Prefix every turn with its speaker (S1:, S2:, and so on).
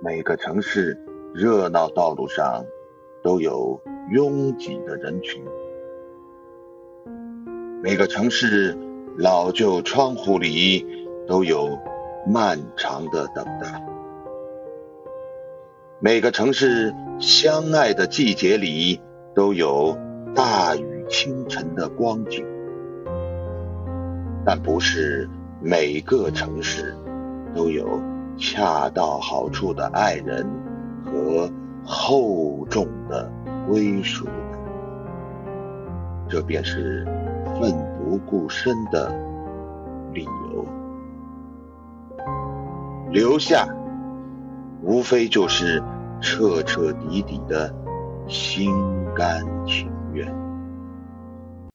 S1: 每个城市热闹道路上都有拥挤的人群，每个城市老旧窗户里都有漫长的等待，每个城市相爱的季节里都有大雨清晨的光景，但不是每个城市都有恰到好处的爱人和厚重的归属感。这便是奋不顾身的理由。留下无非就是彻彻底底的心甘情愿。